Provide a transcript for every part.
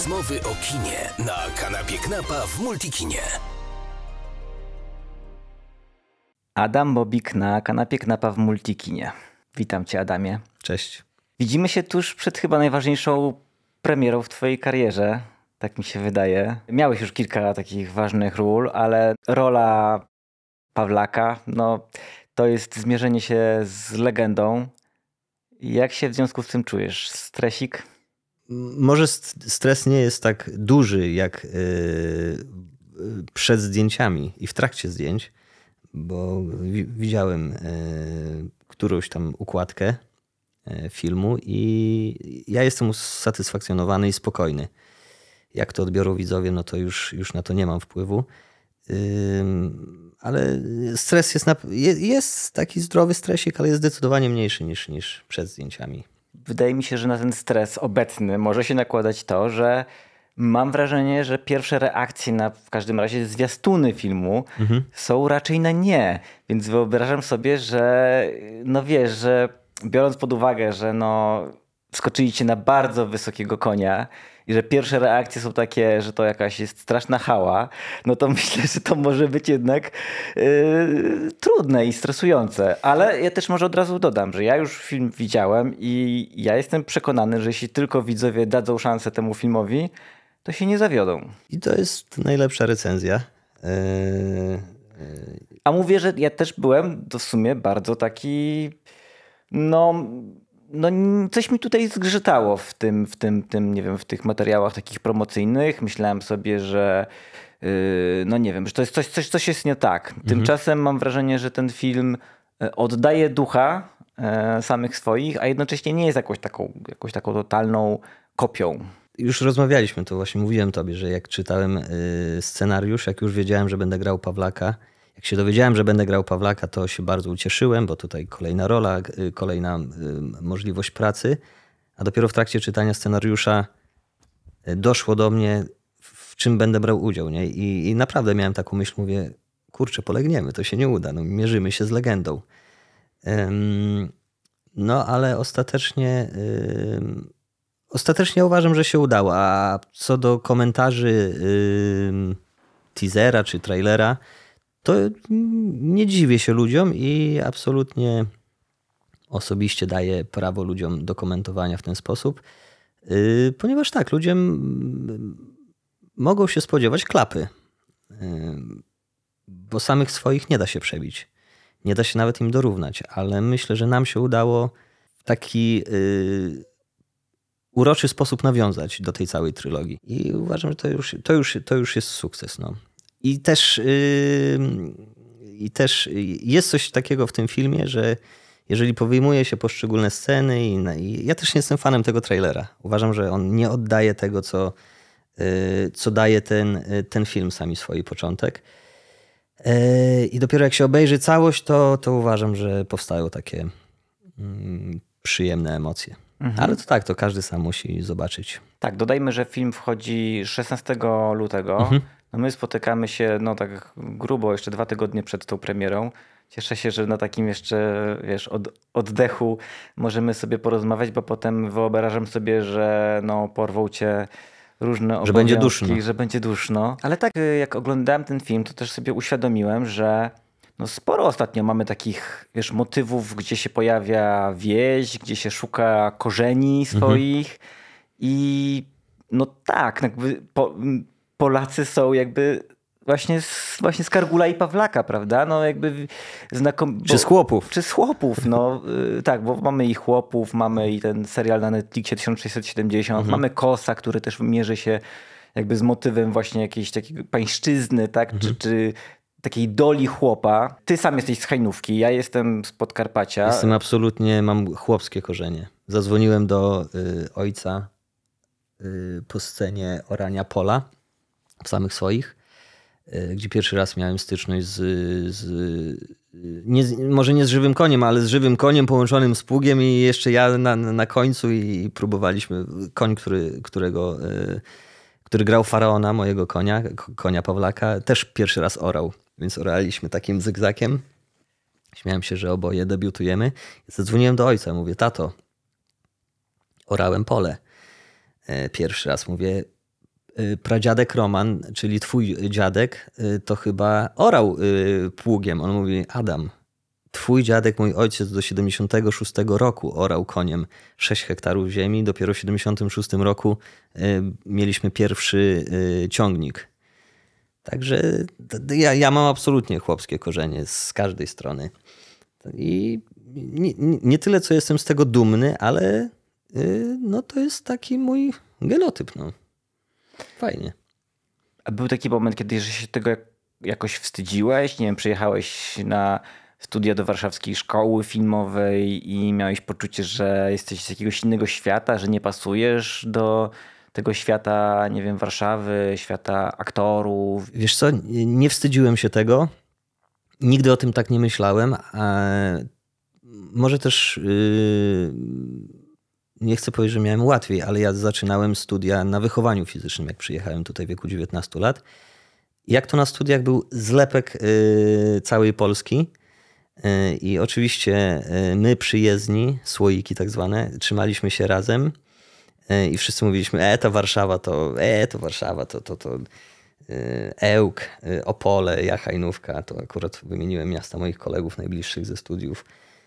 Rozmowy o kinie na kanapie Knapa w Multikinie. Adam Bobik na kanapie Knapa w Multikinie. Witam cię, Adamie. Cześć. Widzimy się tuż przed chyba najważniejszą premierą w twojej karierze, tak mi się wydaje. Miałeś już kilka takich ważnych ról, ale rola Pawlaka, to jest zmierzenie się z legendą. Jak się w związku z tym czujesz? Stresik? Może stres nie jest tak duży jak przed zdjęciami i w trakcie zdjęć, bo widziałem którąś tam układkę filmu i ja jestem usatysfakcjonowany i spokojny. Jak to odbiorą widzowie, no to już na to nie mam wpływu. Ale stres jest taki zdrowy stresik, ale jest zdecydowanie mniejszy niż przed zdjęciami. Wydaje mi się, że na ten stres obecny może się nakładać to, że mam wrażenie, że pierwsze reakcje w każdym razie zwiastuny filmu są raczej na nie. Więc wyobrażam sobie, że że biorąc pod uwagę, że skoczyli cię na bardzo wysokiego konia i że pierwsze reakcje są takie, że to jakaś jest straszna chała, no to myślę, że to może być jednak trudne i stresujące. Ale ja też może od razu dodam, że ja już film widziałem i ja jestem przekonany, że jeśli tylko widzowie dadzą szansę temu filmowi, to się nie zawiodą. I to jest najlepsza recenzja. A mówię, że ja też byłem w sumie bardzo taki coś mi tutaj zgrzytało w tym, nie wiem, w tych materiałach takich promocyjnych. Myślałem sobie, że że to jest coś jest nie tak. Tymczasem mam wrażenie, że ten film oddaje ducha samych swoich, a jednocześnie nie jest jakąś taką totalną kopią. Już rozmawialiśmy, to właśnie mówiłem tobie, że jak czytałem scenariusz, jak już wiedziałem, że będę grał Pawlaka, jak się dowiedziałem, że będę grał Pawlaka, to się bardzo ucieszyłem, bo tutaj kolejna rola, kolejna możliwość pracy, a dopiero w trakcie czytania scenariusza doszło do mnie, w czym będę brał udział. Nie? I naprawdę miałem taką myśl, mówię, kurczę, polegniemy, to się nie uda, mierzymy się z legendą. Ale ostatecznie uważam, że się udało, a co do komentarzy teasera czy trailera, to nie dziwię się ludziom i absolutnie osobiście daję prawo ludziom do komentowania w ten sposób, ponieważ tak, ludzie mogą się spodziewać klapy, bo samych swoich nie da się przebić. Nie da się nawet im dorównać, ale myślę, że nam się udało w taki uroczy sposób nawiązać do tej całej trylogii. I uważam, że to już jest sukces. I też jest coś takiego w tym filmie, że jeżeli powyjmuje się poszczególne sceny i ja też nie jestem fanem tego trailera. Uważam, że on nie oddaje tego, co daje ten film sami swój początek. I dopiero jak się obejrzy całość, to uważam, że powstają takie przyjemne emocje. Ale to tak, to każdy sam musi zobaczyć. Tak, dodajmy, że film wchodzi 16 lutego. My spotykamy się tak grubo jeszcze 2 tygodnie przed tą premierą. Cieszę się, że na takim jeszcze, oddechu możemy sobie porozmawiać, bo potem wyobrażam sobie, że porwą cię różne obowiązki, że będzie duszno. Ale tak, jak oglądałem ten film, to też sobie uświadomiłem, że sporo ostatnio mamy takich, motywów, gdzie się pojawia wieś, gdzie się szuka korzeni swoich i tak, Polacy są właśnie z Kargula i Pawlaka, prawda? Czy z Chłopów. Czy z Chłopów, tak, bo mamy i Chłopów, mamy i ten serial na Netflixie 1670, mamy Kosa, który też mierzy się z motywem właśnie jakiejś takiej pańszczyzny, tak? Czy takiej doli chłopa. Ty sam jesteś z Hajnówki, ja jestem z Podkarpacia. Mam chłopskie korzenie. Zadzwoniłem do ojca po scenie orania pola samych swoich, gdzie pierwszy raz miałem styczność może nie z żywym koniem, ale z żywym koniem połączonym z pługiem i jeszcze ja na końcu i próbowaliśmy. Koń, który grał Faraona, mojego konia Pawlaka, też pierwszy raz orał, więc oraliśmy takim zygzakiem. Śmiałem się, że oboje debiutujemy. Zadzwoniłem do ojca, mówię, tato, orałem pole. Pierwszy raz mówię, pradziadek Roman, czyli twój dziadek, to chyba orał pługiem. On mówi, Adam, twój dziadek, mój ojciec do 76 roku orał koniem 6 hektarów ziemi. Dopiero w 76 roku mieliśmy pierwszy ciągnik. Także ja mam absolutnie chłopskie korzenie z każdej strony. I nie tyle, co jestem z tego dumny, ale no to jest taki mój genotyp. No. Fajnie. A był taki moment, kiedy że się tego jakoś wstydziłeś? Nie wiem, przyjechałeś na studia do warszawskiej szkoły filmowej i miałeś poczucie, że jesteś z jakiegoś innego świata, że nie pasujesz do tego świata, nie wiem, Warszawy, świata aktorów? Wiesz co, nie wstydziłem się tego. Nigdy o tym tak nie myślałem. Może też nie chcę powiedzieć, że miałem łatwiej, ale ja zaczynałem studia na wychowaniu fizycznym, jak przyjechałem tutaj w wieku 19 lat. Jak to na studiach był zlepek całej Polski. I oczywiście my przyjezdni, słoiki tak zwane, trzymaliśmy się razem i wszyscy mówiliśmy, to Warszawa, to Warszawa, to Ełk, Opole, Jachajnówka, to akurat wymieniłem miasta moich kolegów najbliższych ze studiów.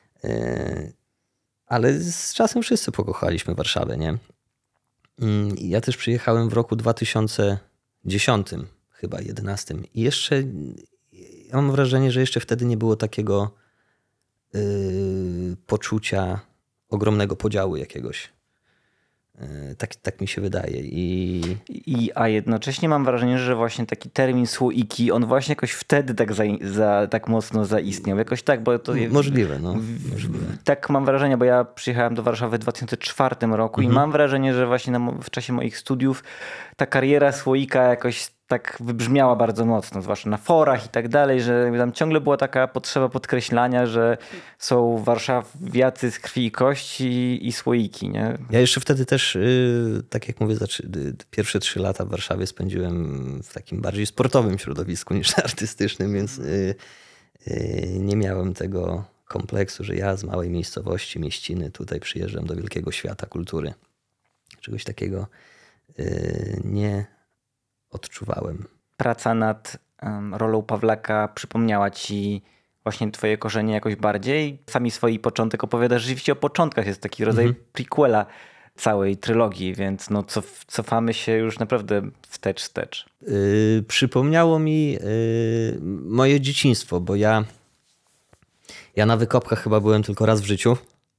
Ale z czasem wszyscy pokochaliśmy Warszawę, nie? Ja też przyjechałem w roku 2010, chyba 11. I jeszcze ja mam wrażenie, że jeszcze wtedy nie było takiego poczucia ogromnego podziału jakiegoś. Tak mi się wydaje. A jednocześnie mam wrażenie, że właśnie taki termin słoiki, on właśnie jakoś wtedy tak mocno zaistniał. Jakoś tak, bo to... Możliwe, no. Możliwe. Tak mam wrażenie, bo ja przyjechałem do Warszawy w 2004 roku i mam wrażenie, że właśnie w czasie moich studiów ta kariera słoika jakoś tak wybrzmiała bardzo mocno, zwłaszcza na forach i tak dalej, że tam ciągle była taka potrzeba podkreślania, że są warszawiacy z krwi i kości i słoiki, nie? Ja jeszcze wtedy też, tak jak mówię, pierwsze 3 lata w Warszawie spędziłem w takim bardziej sportowym środowisku niż artystycznym, więc nie miałem tego kompleksu, że ja z małej miejscowości, mieściny tutaj przyjeżdżam do wielkiego świata kultury. Czegoś takiego nie odczuwałem. Praca nad rolą Pawlaka przypomniała ci właśnie twoje korzenie jakoś bardziej? Sami swój początek opowiadasz rzeczywiście o początkach. Jest taki rodzaj prequela całej trylogii, więc no cofamy się już naprawdę wstecz. Przypomniało mi moje dzieciństwo, bo ja na wykopkach chyba byłem tylko raz w życiu.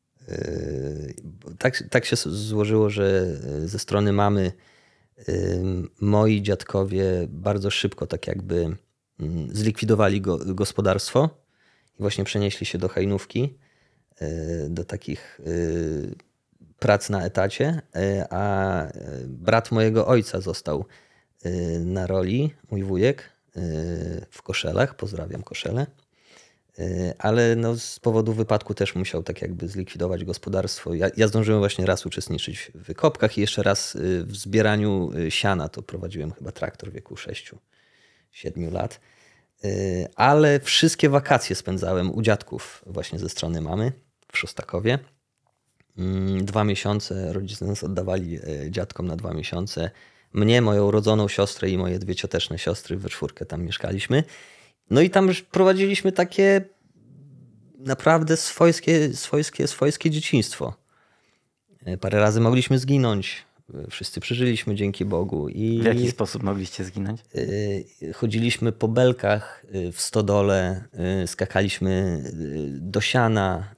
Tak się złożyło, że ze strony mamy moi dziadkowie bardzo szybko tak jakby zlikwidowali gospodarstwo i właśnie przenieśli się do Hajnówki, do takich prac na etacie, a brat mojego ojca został na roli, mój wujek, w Koszelach, pozdrawiam Koszele, ale no z powodu wypadku też musiał tak jakby zlikwidować gospodarstwo. Ja zdążyłem właśnie raz uczestniczyć w wykopkach i jeszcze raz w zbieraniu siana. To prowadziłem chyba traktor w wieku 6-7 lat. Ale wszystkie wakacje spędzałem u dziadków właśnie ze strony mamy w Szostakowie. 2 miesiące rodzice nas oddawali dziadkom na 2 miesiące. Mnie, moją rodzoną siostrę i moje 2 cioteczne siostry we 4 tam mieszkaliśmy. No i tam już prowadziliśmy takie naprawdę swojskie dzieciństwo. Parę razy mogliśmy zginąć. Wszyscy przeżyliśmy dzięki Bogu. W jaki sposób mogliście zginąć? Chodziliśmy po belkach w stodole, skakaliśmy do siana.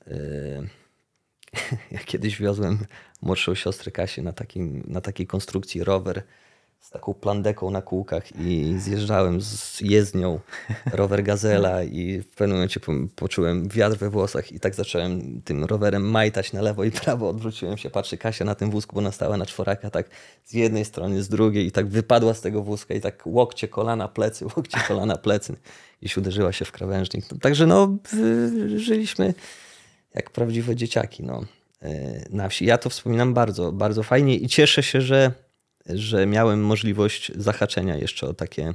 Ja kiedyś wiozłem młodszą siostrę Kasię na takiej konstrukcji rower z taką plandeką na kółkach i zjeżdżałem z jezdnią rower Gazela i w pewnym momencie poczułem wiatr we włosach i tak zacząłem tym rowerem majtać na lewo i prawo. Odwróciłem się, patrzę, Kasia na tym wózku, bo ona stała na 4, tak z jednej strony, z drugiej i tak wypadła z tego wózka i tak łokcie, kolana, plecy i się uderzyła się w krawężnik. Także no, żyliśmy jak prawdziwe dzieciaki na wsi. Ja to wspominam bardzo, bardzo fajnie i cieszę się, że miałem możliwość zahaczenia jeszcze o takie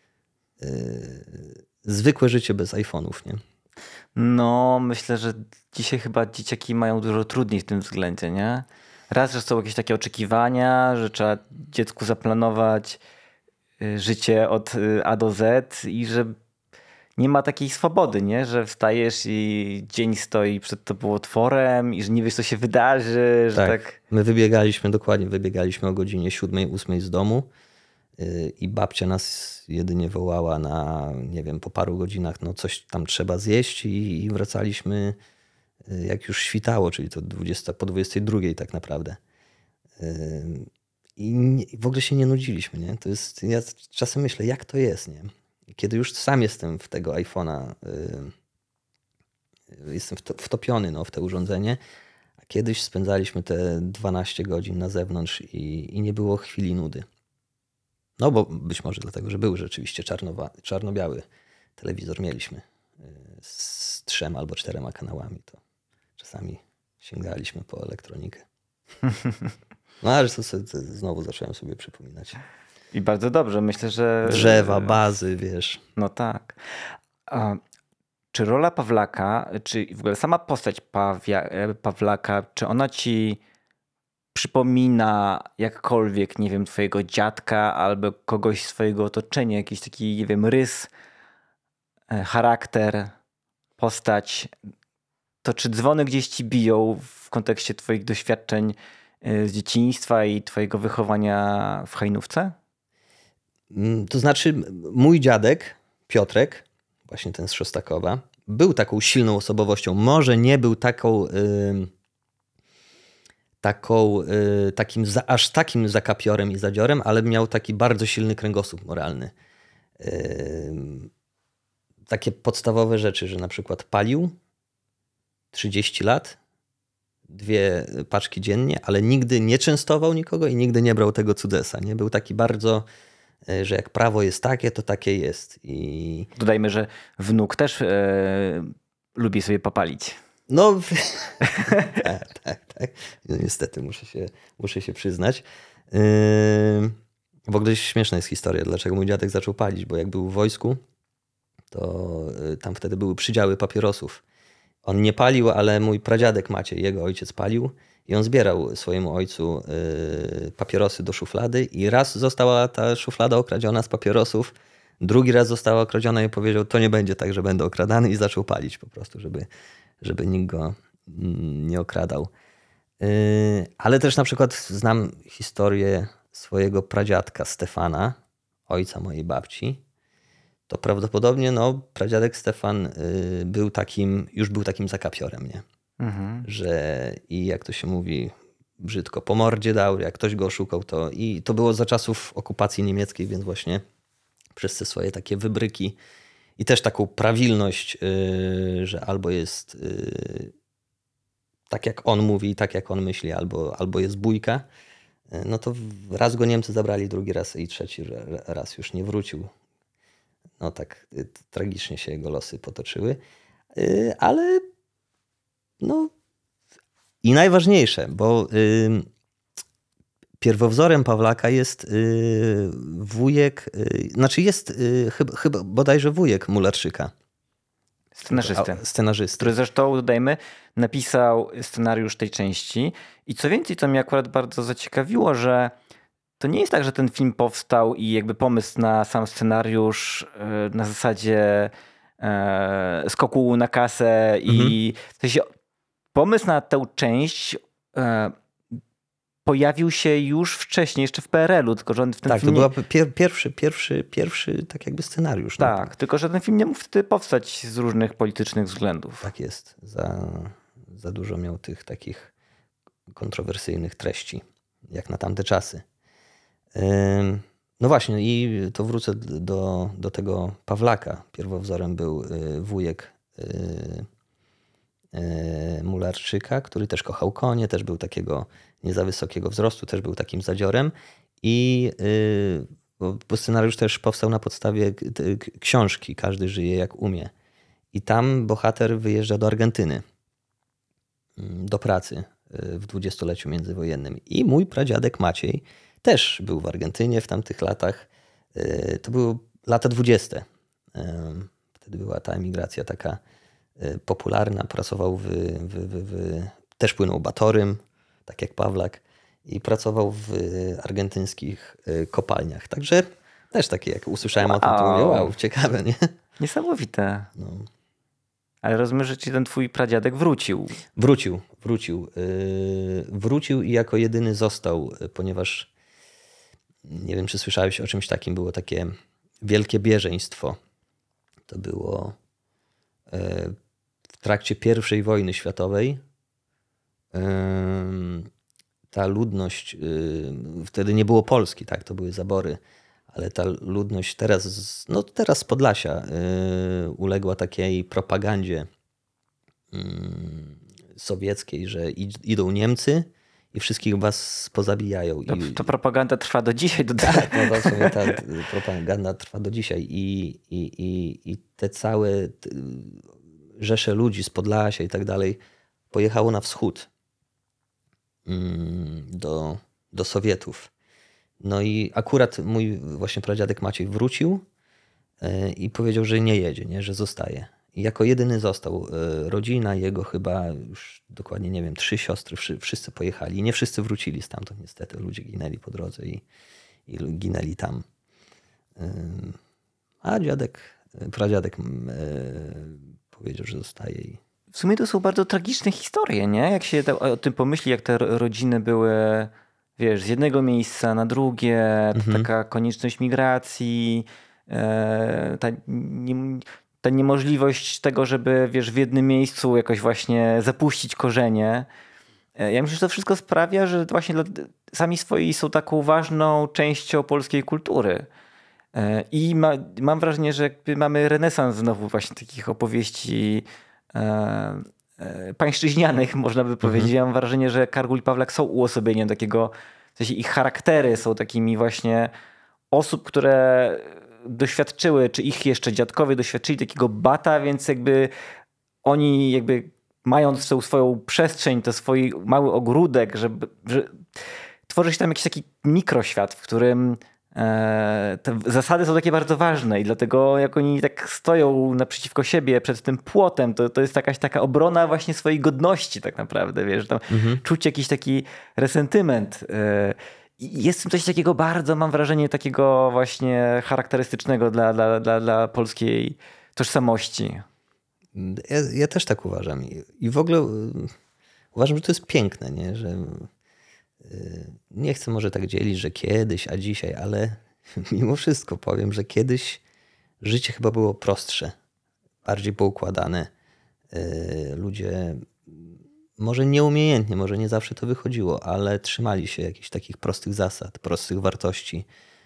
zwykłe życie bez iPhone'ów, nie? No, myślę, że dzisiaj chyba dzieciaki mają dużo trudniej w tym względzie, nie? raz, że są jakieś takie oczekiwania, że trzeba dziecku zaplanować życie od A do Z i że nie ma takiej swobody, nie? Że wstajesz i dzień stoi przed tobą otworem i że nie wiesz, co się wydarzy. Że tak. My wybiegaliśmy o godzinie 7, 8 z domu i babcia nas jedynie wołała na, nie wiem, po paru godzinach, no coś tam trzeba zjeść i wracaliśmy jak już świtało, czyli to po 22 tak naprawdę. I w ogóle się nie nudziliśmy, nie? To jest, ja czasem myślę, jak to jest, nie? Kiedy już sam jestem w tego iPhone'a, jestem wtopiony w to urządzenie, a kiedyś spędzaliśmy te 12 godzin na zewnątrz i nie było chwili nudy. No bo być może dlatego, że był rzeczywiście czarno-biały telewizor mieliśmy z 3 albo 4 kanałami, to czasami sięgaliśmy po elektronikę. No ale to znowu zacząłem sobie przypominać. I bardzo dobrze, myślę, że... Drzewa, bazy, wiesz. No tak. Czy rola Pawlaka, czy w ogóle sama postać Pawlaka, czy ona ci przypomina jakkolwiek, nie wiem, twojego dziadka albo kogoś z swojego otoczenia, jakiś taki, nie wiem, rys, charakter, postać? To czy dzwony gdzieś ci biją w kontekście twoich doświadczeń z dzieciństwa i twojego wychowania w Hajnówce? To znaczy mój dziadek, Piotrek, właśnie ten z Szostakowa, był taką silną osobowością. Może nie był aż takim zakapiorem i zadziorem, ale miał taki bardzo silny kręgosłup moralny. Takie podstawowe rzeczy, że na przykład palił 30 lat, 2 paczki dziennie, ale nigdy nie częstował nikogo i nigdy nie brał tego cudzesa. Nie? Był taki bardzo, że jak prawo jest takie, to takie jest. I... Dodajmy, że wnuk też lubi sobie popalić. No, tak. No, niestety muszę się przyznać. W ogóle śmieszna jest historia, dlaczego mój dziadek zaczął palić, bo jak był w wojsku, to tam wtedy były przydziały papierosów. On nie palił, ale mój pradziadek Maciej, jego ojciec palił i on zbierał swojemu ojcu papierosy do szuflady i raz została ta szuflada okradziona z papierosów, drugi raz została okradziona i powiedział, to nie będzie tak, że będę okradany i zaczął palić po prostu, żeby nikt go nie okradał. Ale też na przykład znam historię swojego pradziadka Stefana, ojca mojej babci. To prawdopodobnie pradziadek Stefan już był takim zakapiorem, nie? Mhm. Że i jak to się mówi brzydko, po mordzie dał, jak ktoś go oszukał, i to było za czasów okupacji niemieckiej, więc właśnie przez te swoje takie wybryki i też taką prawilność, że albo jest tak jak on mówi, tak jak on myśli, albo jest bójka, no to raz go Niemcy zabrali, drugi raz i trzeci raz już nie wrócił. No tak tragicznie się jego losy potoczyły. Ale i najważniejsze, bo pierwowzorem Pawlaka jest wujek, chyba bodajże wujek Mularczyka. Scenarzysty. Który zresztą, dodajmy, napisał scenariusz tej części. I co więcej, co mnie akurat bardzo zaciekawiło, że to nie jest tak, że ten film powstał i jakby pomysł na sam scenariusz na zasadzie skoku na kasę i w sensie pomysł na tę część pojawił się już wcześniej, jeszcze w PRL-u, tylko że on w tym filmie... to był pierwszy tak jakby scenariusz. Tak, tylko że ten film nie mógł wtedy powstać z różnych politycznych względów. Tak jest. Za dużo miał tych takich kontrowersyjnych treści, jak na tamte czasy. No właśnie, i to wrócę do tego Pawlaka. Pierwowzorem był wujek Mularczyka, który też kochał konie, też był takiego nie za wysokiego wzrostu, też był takim zadziorem. Bo scenariusz też powstał na podstawie książki Każdy żyje jak umie. I tam bohater wyjeżdża do Argentyny do pracy w 20-leciu międzywojennym. I mój pradziadek Maciej też był w Argentynie w tamtych latach. To były lata 20. Wtedy była ta emigracja taka popularna. Pracował też płynął Batorym. tak jak Pawlak, i pracował w argentyńskich kopalniach. Także też takie, jak usłyszałem o tym, to mówię, wow, ciekawe, nie? Niesamowite. No. Ale rozumiem, że ci ten twój pradziadek wrócił. Wrócił i jako jedyny został, ponieważ nie wiem, czy słyszałeś o czymś takim, było takie wielkie bieżeństwo. To było w trakcie I wojny światowej. Ta ludność, wtedy nie było Polski, tak, to były zabory, ale ta ludność teraz z Podlasia uległa takiej propagandzie sowieckiej, że idą Niemcy i wszystkich was pozabijają. To propaganda trwa do dzisiaj. Tak, ta propaganda trwa do dzisiaj i te całe rzesze ludzi z Podlasia i tak dalej pojechało na wschód do Sowietów. No i akurat mój właśnie pradziadek Maciej wrócił i powiedział, że nie jedzie, nie, że zostaje. I jako jedyny został. Rodzina jego chyba już dokładnie nie wiem, 3 siostry, wszyscy pojechali. Nie wszyscy wrócili stamtąd niestety. Ludzie ginęli po drodze i ginęli tam. A pradziadek powiedział, że zostaje. W sumie to są bardzo tragiczne historie, nie? Jak się o tym pomyśli, jak te rodziny były, wiesz, z jednego miejsca na drugie, taka konieczność migracji, ta niemożliwość tego, żeby, wiesz, w jednym miejscu jakoś właśnie zapuścić korzenie. Ja myślę, że to wszystko sprawia, że właśnie sami swoi są taką ważną częścią polskiej kultury. I mam wrażenie, że jakby mamy renesans znowu właśnie takich opowieści pańszczyźnianych, można by powiedzieć. Ja mam wrażenie, że Kargul i Pawlak są uosobieniem takiego, w sensie ich charaktery są takimi właśnie osób, które doświadczyły, czy ich jeszcze dziadkowie doświadczyli takiego bata, więc jakby oni jakby mając tą swoją przestrzeń, to swój mały ogródek, że tworzy się tam jakiś taki mikroświat, w którym te zasady są takie bardzo ważne i dlatego jak oni tak stoją naprzeciwko siebie przed tym płotem, to jest jakaś taka obrona właśnie swojej godności tak naprawdę, wiesz, tam czuć jakiś taki resentyment. I jest w tym coś takiego bardzo, mam wrażenie, takiego właśnie charakterystycznego dla polskiej tożsamości. Ja też tak uważam. I w ogóle uważam, że to jest piękne, nie? Że nie chcę może tak dzielić, że kiedyś, a dzisiaj, ale mimo wszystko powiem, że kiedyś życie chyba było prostsze, bardziej poukładane. Ludzie może nieumiejętnie, może nie zawsze to wychodziło, ale trzymali się jakichś takich prostych zasad, prostych wartości.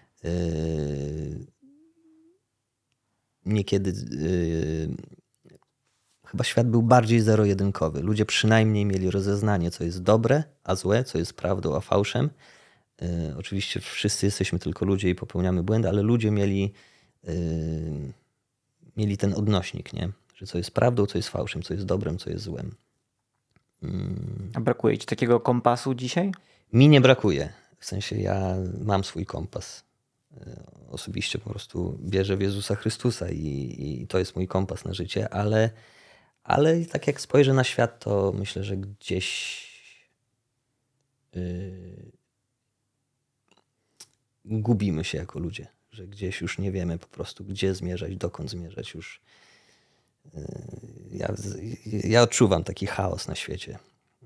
Niekiedy chyba świat był bardziej zero-jedynkowy. Ludzie przynajmniej mieli rozeznanie, co jest dobre, a złe, co jest prawdą, a fałszem. Oczywiście wszyscy jesteśmy tylko ludzie i popełniamy błędy, ale ludzie mieli ten odnośnik, nie? Że co jest prawdą, co jest fałszem, co jest dobrem, co jest złem. A brakuje ci takiego kompasu dzisiaj? Mi nie brakuje. W sensie ja mam swój kompas. Osobiście po prostu wierzę w Jezusa Chrystusa i to jest mój kompas na życie, ale tak jak spojrzę na świat, to myślę, że gdzieś gubimy się jako ludzie, że gdzieś już nie wiemy po prostu, gdzie zmierzać, dokąd zmierzać już. Ja odczuwam taki chaos na świecie.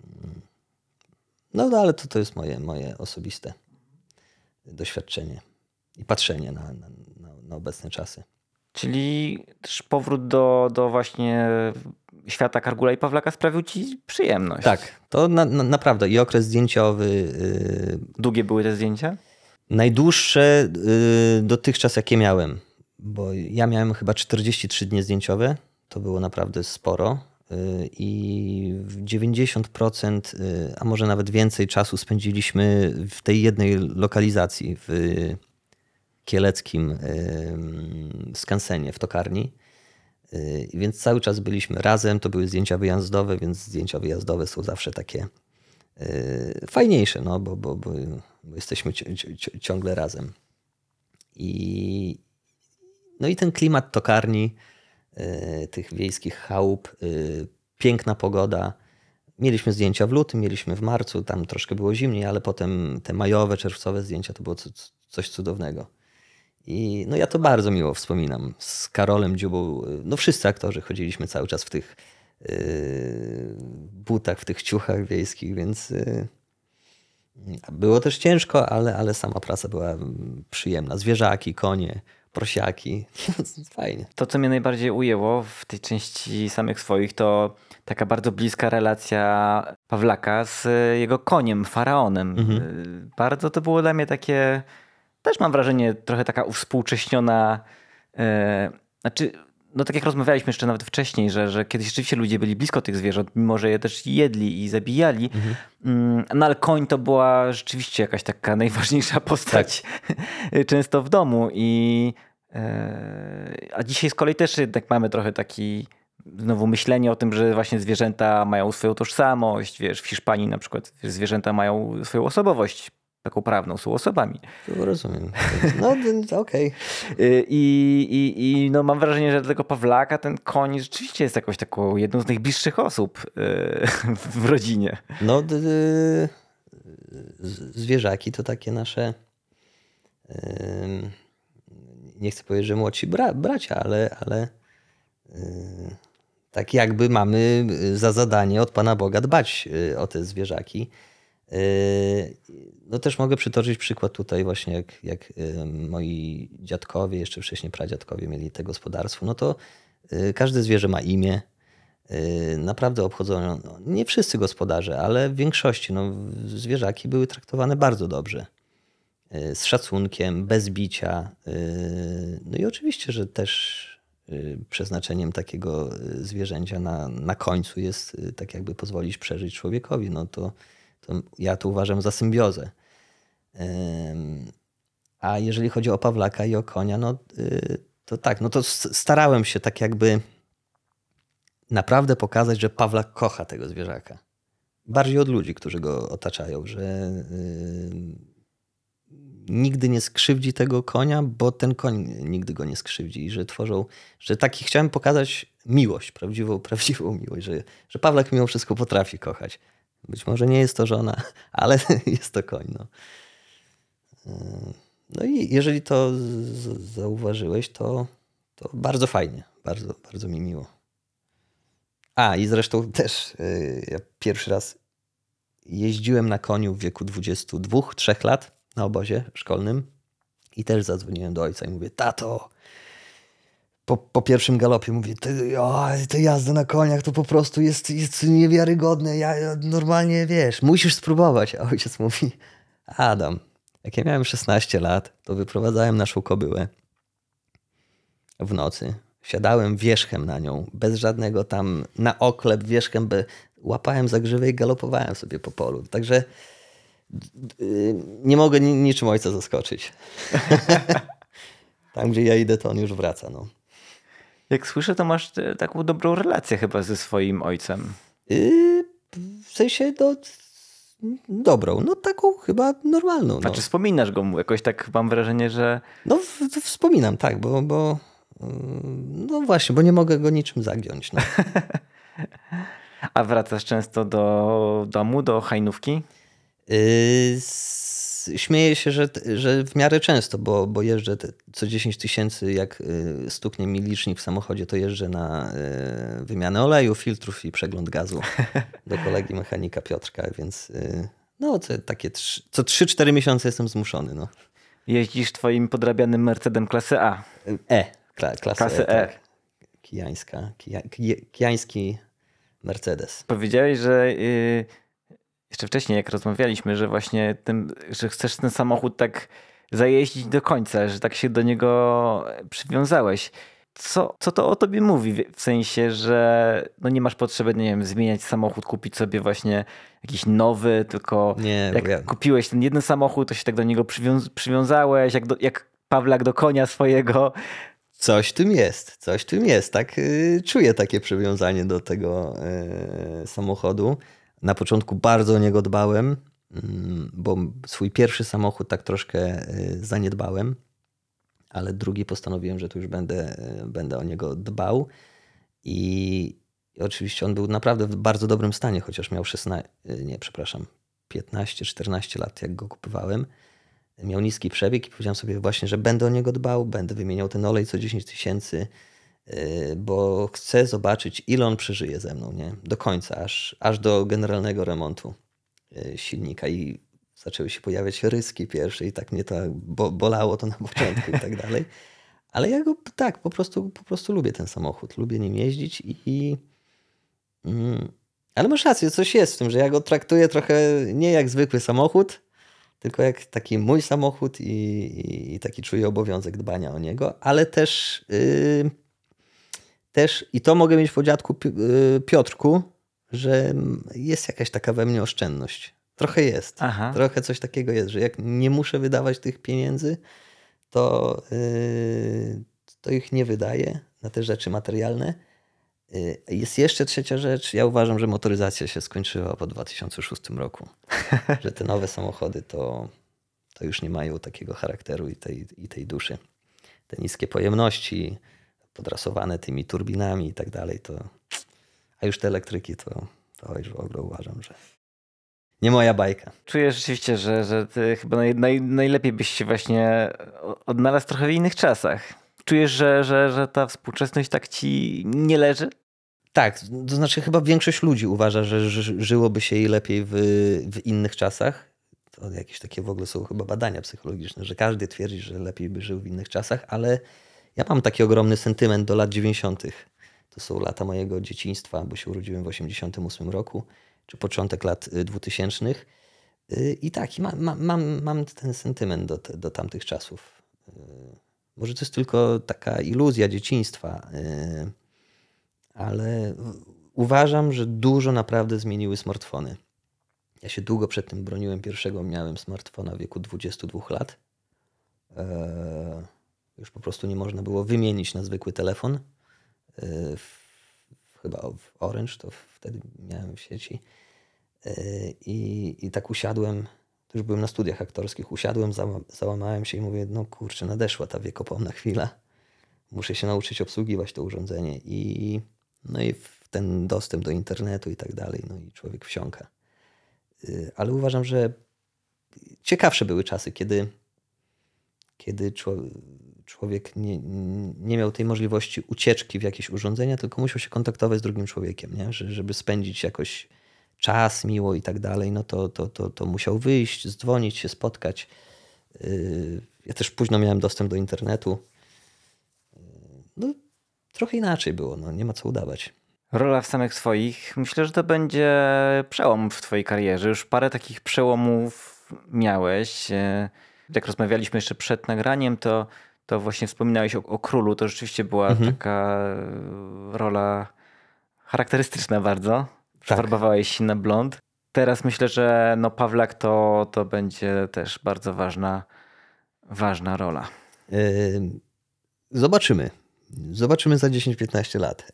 No ale to jest moje osobiste doświadczenie i patrzenie na obecne czasy. Czyli też powrót do właśnie świata Kargula i Pawlaka sprawił ci przyjemność. Tak, to naprawdę i okres zdjęciowy. Długie były te zdjęcia? Najdłuższe dotychczas jakie miałem, bo ja miałem chyba 43 dni zdjęciowe, to było naprawdę sporo i 90%, a może nawet więcej czasu spędziliśmy w tej jednej lokalizacji w kieleckim skansenie w Tokarni. Więc cały czas byliśmy razem, to były zdjęcia wyjazdowe, więc zdjęcia wyjazdowe są zawsze takie fajniejsze, no, bo jesteśmy ciągle razem. No i ten klimat Tokarni, tych wiejskich chałup, piękna pogoda, Mieliśmy zdjęcia w lutym, mieliśmy w marcu, tam troszkę było zimniej, ale potem te majowe, czerwcowe zdjęcia to było coś cudownego. I no ja to bardzo miło wspominam. Z Karolem Dziubą, no wszyscy aktorzy chodziliśmy cały czas w tych butach, w tych ciuchach wiejskich, więc było też ciężko, ale sama praca była przyjemna. Zwierzaki, konie, prosiaki. Fajnie. To, co mnie najbardziej ujęło w tej części samych swoich, to taka bardzo bliska relacja Pawlaka z jego koniem, Faraonem. Bardzo to było dla mnie takie, też mam wrażenie, trochę taka uwspółcześniona, znaczy, no tak jak rozmawialiśmy jeszcze nawet wcześniej, że kiedyś rzeczywiście ludzie byli blisko tych zwierząt, mimo że je też jedli i zabijali. No ale koń to była rzeczywiście jakaś taka najważniejsza postać często w domu. A dzisiaj z kolei też jednak mamy trochę taki znowu myślenie o tym, że właśnie zwierzęta mają swoją tożsamość. Wiesz, w Hiszpanii na przykład zwierzęta mają swoją osobowość taką prawną, są osobami. To rozumiem. No okej. I no mam wrażenie, że dla tego Pawlaka ten koń rzeczywiście jest jakąś taką jedną z najbliższych osób w rodzinie. No zwierzaki to takie nasze, nie chcę powiedzieć, że młodsi bracia, ale tak jakby mamy za zadanie od Pana Boga dbać o te zwierzaki. No też mogę przytoczyć przykład tutaj właśnie jak moi dziadkowie, jeszcze wcześniej pradziadkowie mieli te gospodarstwo, no to każde zwierzę ma imię. Naprawdę obchodzą, no, nie wszyscy gospodarze, ale w większości no, zwierzaki były traktowane bardzo dobrze. Z szacunkiem, bez bicia. No i oczywiście, że też przeznaczeniem takiego zwierzęcia na końcu jest tak jakby pozwolić przeżyć człowiekowi. No to ja to uważam za symbiozę. A jeżeli chodzi o Pawlaka i o konia, no to tak, no to starałem się tak jakby naprawdę pokazać, że Pawlak kocha tego zwierzaka. Bardziej od ludzi, którzy go otaczają, że nigdy nie skrzywdzi tego konia, bo ten koń nigdy go nie skrzywdzi. I że tworzą, że taki chciałem pokazać miłość, prawdziwą miłość, że Pawlak mimo wszystko potrafi kochać. Być może nie jest to żona, ale jest to koń. No i jeżeli to zauważyłeś, to bardzo fajnie. Bardzo, bardzo mi miło. A i zresztą też ja pierwszy raz jeździłem na koniu w wieku 22-3 lat na obozie szkolnym i też zadzwoniłem do ojca i mówię: tato, po pierwszym galopie mówię, to jazda na koniach to po prostu jest niewiarygodne. Ja normalnie, wiesz, musisz spróbować. A ojciec mówi: Adam, jak ja miałem 16 lat, to wyprowadzałem naszą kobyłę w nocy. Siadałem wierzchem na nią, bez żadnego tam na oklep wierzchem, łapałem za grzywę i galopowałem sobie po polu. Także nie mogę niczym ojca zaskoczyć. Tam, gdzie ja idę, to on już wraca. No. Jak słyszę, to masz taką dobrą relację chyba ze swoim ojcem. W sensie dobrą, no taką chyba normalną. Znaczy wspominasz go jakoś, tak mam wrażenie, że... No wspominam, tak, bo no właśnie, bo nie mogę go niczym zagiąć. No. A wracasz często do domu, do Hajnówki? Śmieję się, że w miarę często, bo jeżdżę co 10 000, jak stuknie mi licznik w samochodzie, to jeżdżę na wymianę oleju, filtrów i przegląd gazu do kolegi mechanika Piotrka, więc no takie co 3-4 miesiące jestem zmuszony. No. Jeździsz twoim podrabianym Mercedem klasy A? Klasy E. Tak. Kijański Mercedes. Powiedziałeś, że jeszcze wcześniej jak rozmawialiśmy, że właśnie że chcesz ten samochód tak zajeździć do końca, że tak się do niego przywiązałeś. Co to o tobie mówi? W sensie, że no nie masz potrzeby, nie wiem, zmieniać samochód, kupić sobie właśnie jakiś nowy, tylko nie, jak kupiłeś ten jeden samochód, to się tak do niego przywiązałeś, jak Pawlak do konia swojego. Coś w tym jest. Tak, czuję takie przywiązanie do tego samochodu. Na początku bardzo o niego dbałem, bo swój pierwszy samochód tak troszkę zaniedbałem, ale drugi postanowiłem, że tu już będę o niego dbał. I I oczywiście on był naprawdę w bardzo dobrym stanie, chociaż miał 15-14 lat, jak go kupowałem. Miał niski przebieg i powiedziałem sobie właśnie, że będę o niego dbał, będę wymieniał ten olej co 10 000, bo chcę zobaczyć, ile on przeżyje ze mną, nie? Do końca, aż do generalnego remontu silnika. I zaczęły się pojawiać ryski pierwsze i tak mnie to bolało to na początku i tak dalej. Ale ja go tak, po prostu lubię ten samochód. Lubię nim jeździć ale masz rację, coś jest w tym, że ja go traktuję trochę nie jak zwykły samochód, tylko jak taki mój samochód i taki czuję obowiązek dbania o niego, ale też i to mogę mieć po dziadku Piotrku, że jest jakaś taka we mnie oszczędność. Trochę jest. Aha. Trochę coś takiego jest, że jak nie muszę wydawać tych pieniędzy, to ich nie wydaję na te rzeczy materialne. Jest jeszcze trzecia rzecz. Ja uważam, że motoryzacja się skończyła po 2006 roku. Że te nowe samochody to już nie mają takiego charakteru i tej duszy. Te niskie pojemności, podrasowane tymi turbinami i tak dalej. A już te elektryki to już w ogóle uważam, że nie moja bajka. Czuję rzeczywiście, że ty chyba najlepiej byś się właśnie odnalazł trochę w innych czasach. Czujesz, że ta współczesność tak ci nie leży? Tak, to znaczy chyba większość ludzi uważa, że żyłoby się jej lepiej w innych czasach. To jakieś takie w ogóle są chyba badania psychologiczne, że każdy twierdzi, że lepiej by żył w innych czasach, ale ja mam taki ogromny sentyment do lat 90. To są lata mojego dzieciństwa, bo się urodziłem w 88 roku, czy początek lat 2000. I tak, mam ten sentyment do tamtych czasów. Może to jest tylko taka iluzja dzieciństwa, ale uważam, że dużo naprawdę zmieniły smartfony. Ja się długo przed tym broniłem. Pierwszego miałem smartfona w wieku 22 lat. Już po prostu nie można było wymienić na zwykły telefon. Chyba w Orange, to wtedy miałem w sieci. I tak usiadłem, to już byłem na studiach aktorskich, usiadłem, załamałem się i mówię, no kurczę, nadeszła ta wiekopomna chwila. Muszę się nauczyć obsługiwać to urządzenie. No i ten dostęp do internetu i tak dalej, no i człowiek wsiąka. Ale uważam, że ciekawsze były czasy, kiedy człowiek nie miał tej możliwości ucieczki w jakieś urządzenia, tylko musiał się kontaktować z drugim człowiekiem, nie? Żeby spędzić jakoś czas miło i tak dalej, no to musiał wyjść, zdzwonić się, spotkać. Ja też późno miałem dostęp do internetu. No, trochę inaczej było, no, nie ma co udawać. Rola w samych swoich, myślę, że to będzie przełom w twojej karierze. Już parę takich przełomów miałeś. Jak rozmawialiśmy jeszcze przed nagraniem, to właśnie wspominałeś o Królu. To rzeczywiście była taka rola charakterystyczna bardzo. Przefarbowałeś się na blond. Teraz myślę, że no Pawlak to będzie też bardzo ważna rola. Zobaczymy. Zobaczymy za 10-15 lat.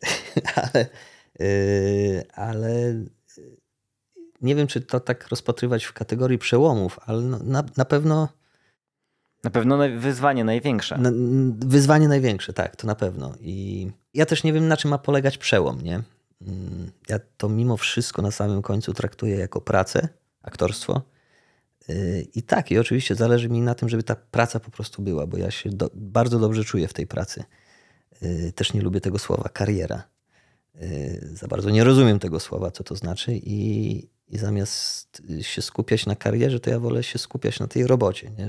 ale nie wiem, czy to tak rozpatrywać w kategorii przełomów, ale na pewno... Na pewno wyzwanie największe. Wyzwanie największe, tak, to na pewno. I ja też nie wiem, na czym ma polegać przełom, nie? Ja to mimo wszystko na samym końcu traktuję jako pracę, aktorstwo. I tak, i oczywiście zależy mi na tym, żeby ta praca po prostu była, bo ja się bardzo dobrze czuję w tej pracy. Też nie lubię tego słowa kariera. Za bardzo nie rozumiem tego słowa, co to znaczy i zamiast się skupiać na karierze, to ja wolę się skupiać na tej robocie, nie?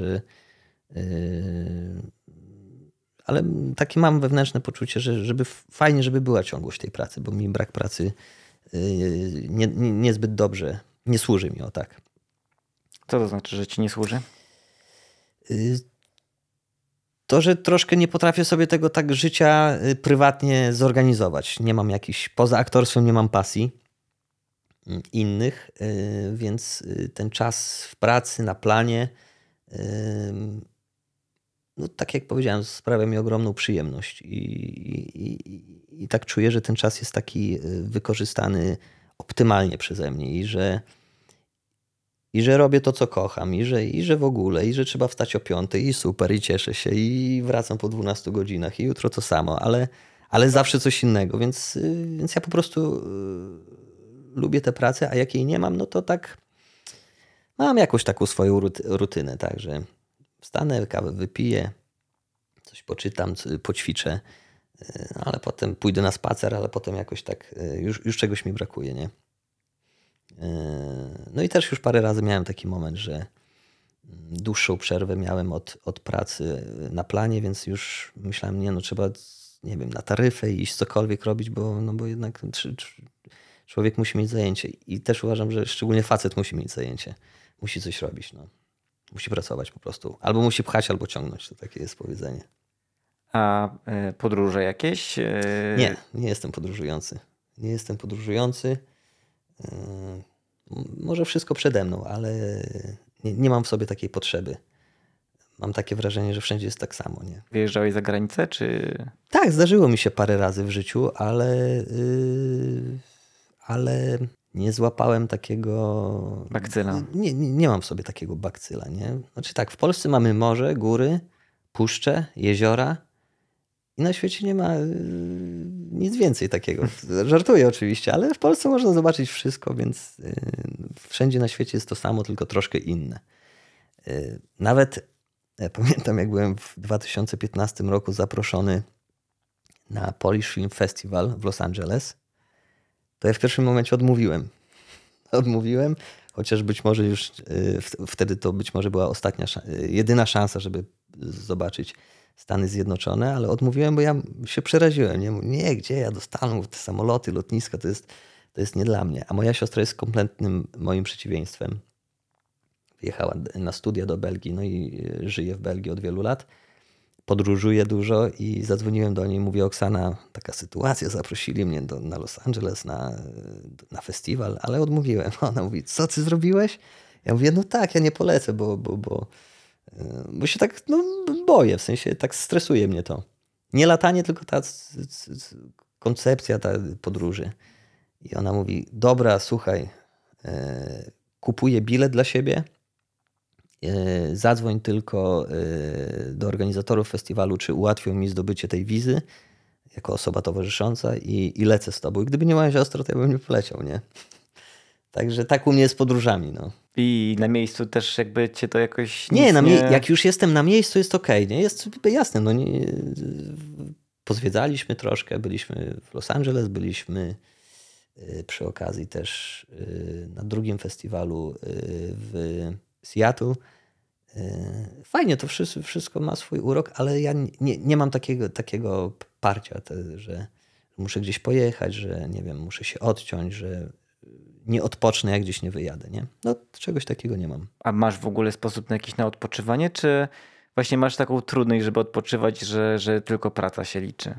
Ale takie mam wewnętrzne poczucie, że fajnie, żeby była ciągłość tej pracy, bo mi brak pracy niezbyt dobrze nie służy mi, o tak. Co to znaczy, że ci nie służy? To, że troszkę nie potrafię sobie tego tak życia prywatnie zorganizować. Nie mam jakichś, poza aktorstwem nie mam pasji innych, więc ten czas w pracy, na planie, no tak jak powiedziałem, sprawia mi ogromną przyjemność i tak czuję, że ten czas jest taki wykorzystany optymalnie przeze mnie i że robię to, co kocham, i że w ogóle, i że trzeba wstać o 5:00 i super, i cieszę się, i wracam po 12 godzinach, i jutro to samo, ale ale zawsze coś innego, więc ja po prostu lubię tę pracę, a jak jej nie mam, no to tak mam jakąś taką swoją rutynę, tak, że wstanę, kawę wypiję, coś poczytam, poćwiczę, ale potem pójdę na spacer, ale potem jakoś tak już czegoś mi brakuje, nie? No i też już parę razy miałem taki moment, że dłuższą przerwę miałem od pracy na planie, więc już myślałem, trzeba, nie wiem, na taryfę iść, cokolwiek robić, bo jednak człowiek musi mieć zajęcie. I też uważam, że szczególnie facet musi mieć zajęcie. Musi coś robić, no. Musi pracować po prostu. Albo musi pchać, albo ciągnąć. To takie jest powiedzenie. A podróże jakieś? Nie jestem podróżujący. Nie jestem podróżujący. Może wszystko przede mną, ale nie mam w sobie takiej potrzeby. Mam takie wrażenie, że wszędzie jest tak samo. Nie? Wyjeżdżałeś za granicę, czy... Tak, zdarzyło mi się parę razy w życiu, ale nie złapałem takiego... Bakcyla. Nie mam w sobie takiego bakcyla. Nie? Znaczy tak, w Polsce mamy morze, góry, puszcze, jeziora i na świecie nie ma nic więcej takiego. Żartuję oczywiście, ale w Polsce można zobaczyć wszystko, więc wszędzie na świecie jest to samo, tylko troszkę inne. Nawet pamiętam, jak byłem w 2015 roku zaproszony na Polish Film Festival w Los Angeles, to ja w pierwszym momencie odmówiłem, chociaż być może już wtedy to być może była jedyna szansa, żeby zobaczyć Stany Zjednoczone, ale odmówiłem, bo ja się przeraziłem. Nie, gdzie ja do Stanów, te samoloty, lotniska, to jest nie dla mnie. A moja siostra jest kompletnym moim przeciwieństwem. Wyjechała na studia do Belgii, no i żyje w Belgii od wielu lat. Podróżuje dużo i zadzwoniłem do niej, mówię: Oksana, taka sytuacja, zaprosili mnie na Los Angeles na festiwal, ale odmówiłem. Ona mówi: co ty zrobiłeś? Ja mówię: no tak, ja nie polecę, bo się tak boję, w sensie tak stresuje mnie to. Nie latanie, tylko ta koncepcja ta podróży. I ona mówi: dobra, słuchaj, kupuję bilet dla siebie, zadzwoń tylko do organizatorów festiwalu, czy ułatwią mi zdobycie tej wizy jako osoba towarzysząca i lecę z tobą. I gdyby nie moja siostra, to ja bym nie poleciał, nie? Także tak u mnie jest z podróżami, no. I na miejscu też jakby cię to jakoś... Jak już jestem na miejscu, jest okej, nie? Jest jasne, no nie... Pozwiedzaliśmy troszkę, byliśmy w Los Angeles, byliśmy przy okazji też na drugim festiwalu w Seattle. Fajnie, to wszystko ma swój urok, ale ja nie mam takiego parcia, że muszę gdzieś pojechać, że nie wiem, muszę się odciąć, że nie odpocznę, jak gdzieś nie wyjadę, nie? No czegoś takiego nie mam. A masz w ogóle sposób na jakiś na odpoczywanie, czy właśnie masz taką trudność, żeby odpoczywać, że tylko praca się liczy?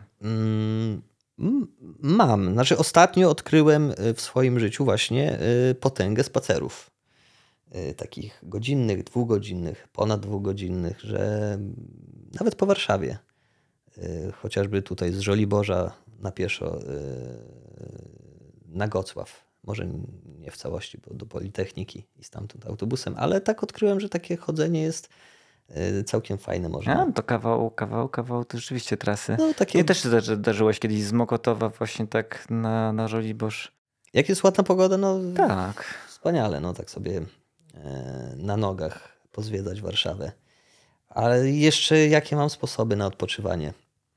Mam. Znaczy ostatnio odkryłem w swoim życiu właśnie potęgę spacerów. Takich godzinnych, dwugodzinnych, ponad dwugodzinnych, że nawet po Warszawie. Chociażby tutaj z Żoliborza na pieszo na Gocław. Może nie w całości, bo do Politechniki i stamtąd autobusem, ale tak odkryłem, że takie chodzenie jest całkiem fajne. Można. To kawał to rzeczywiście trasy. No, takie... Ty też zdarzyłeś kiedyś z Mokotowa właśnie tak na Żoliborz. Jak jest ładna pogoda, no tak. Wspaniale, no tak sobie na nogach pozwiedzać Warszawę. Ale jeszcze jakie mam sposoby na odpoczywanie?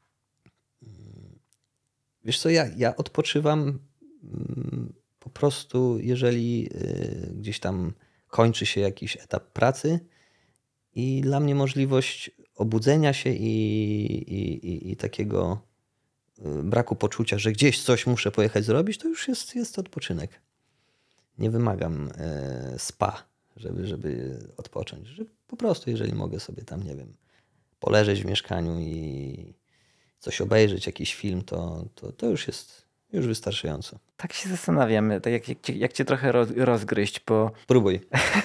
Wiesz co, ja odpoczywam po prostu, jeżeli gdzieś tam kończy się jakiś etap pracy i dla mnie możliwość obudzenia się i takiego braku poczucia, że gdzieś coś muszę pojechać zrobić, to już jest odpoczynek. Nie wymagam spa, żeby odpocząć. Że po prostu, jeżeli mogę sobie tam, nie wiem, poleżeć w mieszkaniu i coś obejrzeć, jakiś film, to już jest wystarczająco. Tak się zastanawiam, tak jak cię trochę rozgryźć, bo... Próbuj.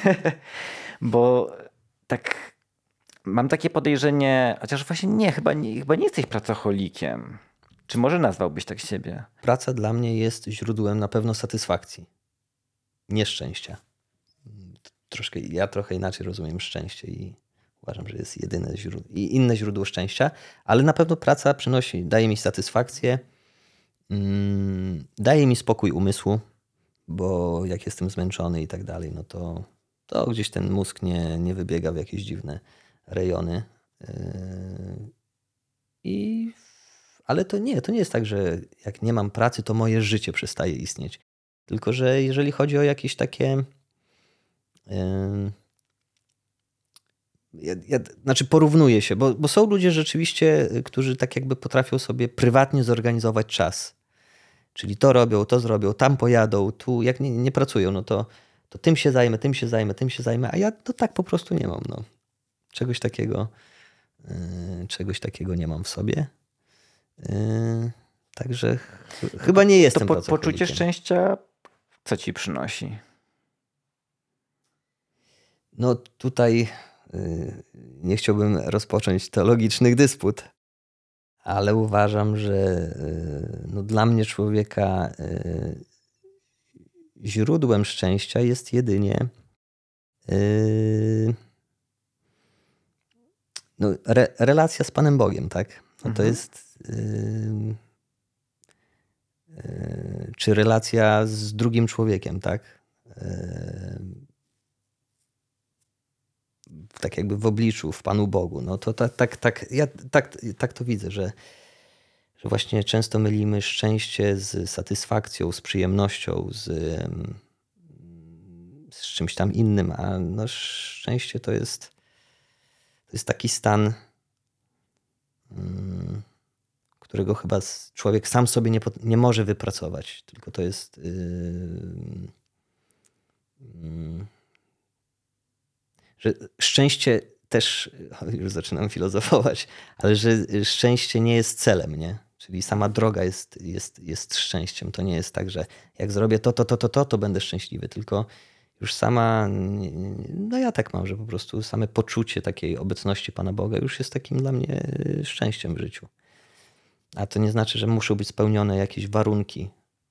Bo tak mam takie podejrzenie, chociaż właśnie chyba nie jesteś pracocholikiem. Czy może nazwałbyś tak siebie? Praca dla mnie jest źródłem na pewno satysfakcji, nie szczęścia. Ja trochę inaczej rozumiem szczęście i Uważam, że jest jedyne i inne źródło szczęścia, ale na pewno praca daje mi satysfakcję, daje mi spokój umysłu, bo jak jestem zmęczony i tak dalej, no to gdzieś ten mózg nie wybiega w jakieś dziwne rejony. Ale to nie jest tak, że jak nie mam pracy, to moje życie przestaje istnieć. Tylko że jeżeli chodzi o jakieś takie... Znaczy porównuję się, bo są ludzie rzeczywiście, którzy tak jakby potrafią sobie prywatnie zorganizować czas. Czyli to robią, to zrobią, tam pojadą, tu jak nie pracują, no to tym się zajmę, tym się zajmę, a ja to tak po prostu nie mam. No. Czegoś takiego nie mam w sobie. Także chyba nie jestem to poczucie szczęścia co ci przynosi? No tutaj nie chciałbym rozpocząć teologicznych dysput, ale uważam, że no dla mnie człowieka źródłem szczęścia jest jedynie relacja z Panem Bogiem, tak? No to jest czy relacja z drugim człowiekiem, tak? Tak jakby w obliczu, w Panu Bogu. No to ja tak to widzę, że właśnie często mylimy szczęście z satysfakcją, z przyjemnością, z czymś tam innym, a no szczęście to jest taki stan, którego chyba człowiek sam sobie nie może wypracować, tylko to jest że szczęście też, już zaczynam filozofować, ale że szczęście nie jest celem, nie? Czyli sama droga jest szczęściem. To nie jest tak, że jak zrobię to będę szczęśliwy, tylko już sama, no ja tak mam, że po prostu same poczucie takiej obecności Pana Boga już jest takim dla mnie szczęściem w życiu. A to nie znaczy, że muszą być spełnione jakieś warunki